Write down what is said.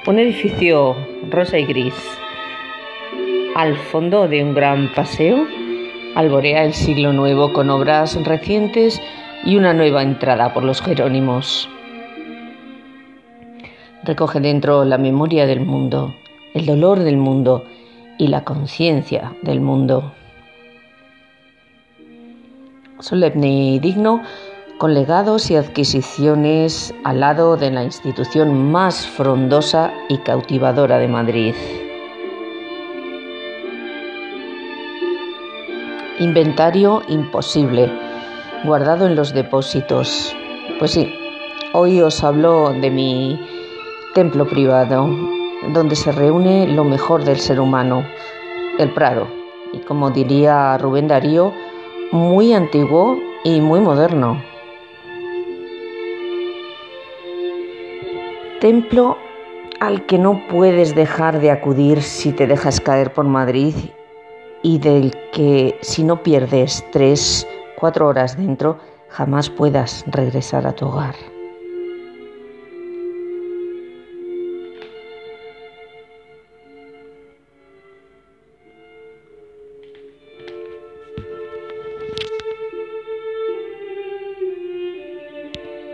Un edificio rosa y gris, al fondo de un gran paseo, alborea el siglo nuevo con obras recientes y una nueva entrada por los Jerónimos. Recoge dentro la memoria del mundo, el dolor del mundo y la conciencia del mundo. Solemne y digno, con legados y adquisiciones al lado de la institución más frondosa y cautivadora de Madrid. Inventario imposible, guardado en los depósitos. Pues sí, hoy os hablo de mi templo privado, donde se reúne lo mejor del ser humano, el Prado. Y como diría Rubén Darío, muy antiguo y muy moderno. Templo al que no puedes dejar de acudir si te dejas caer por Madrid y del que, si no pierdes 3-4 horas dentro, jamás puedas regresar a tu hogar.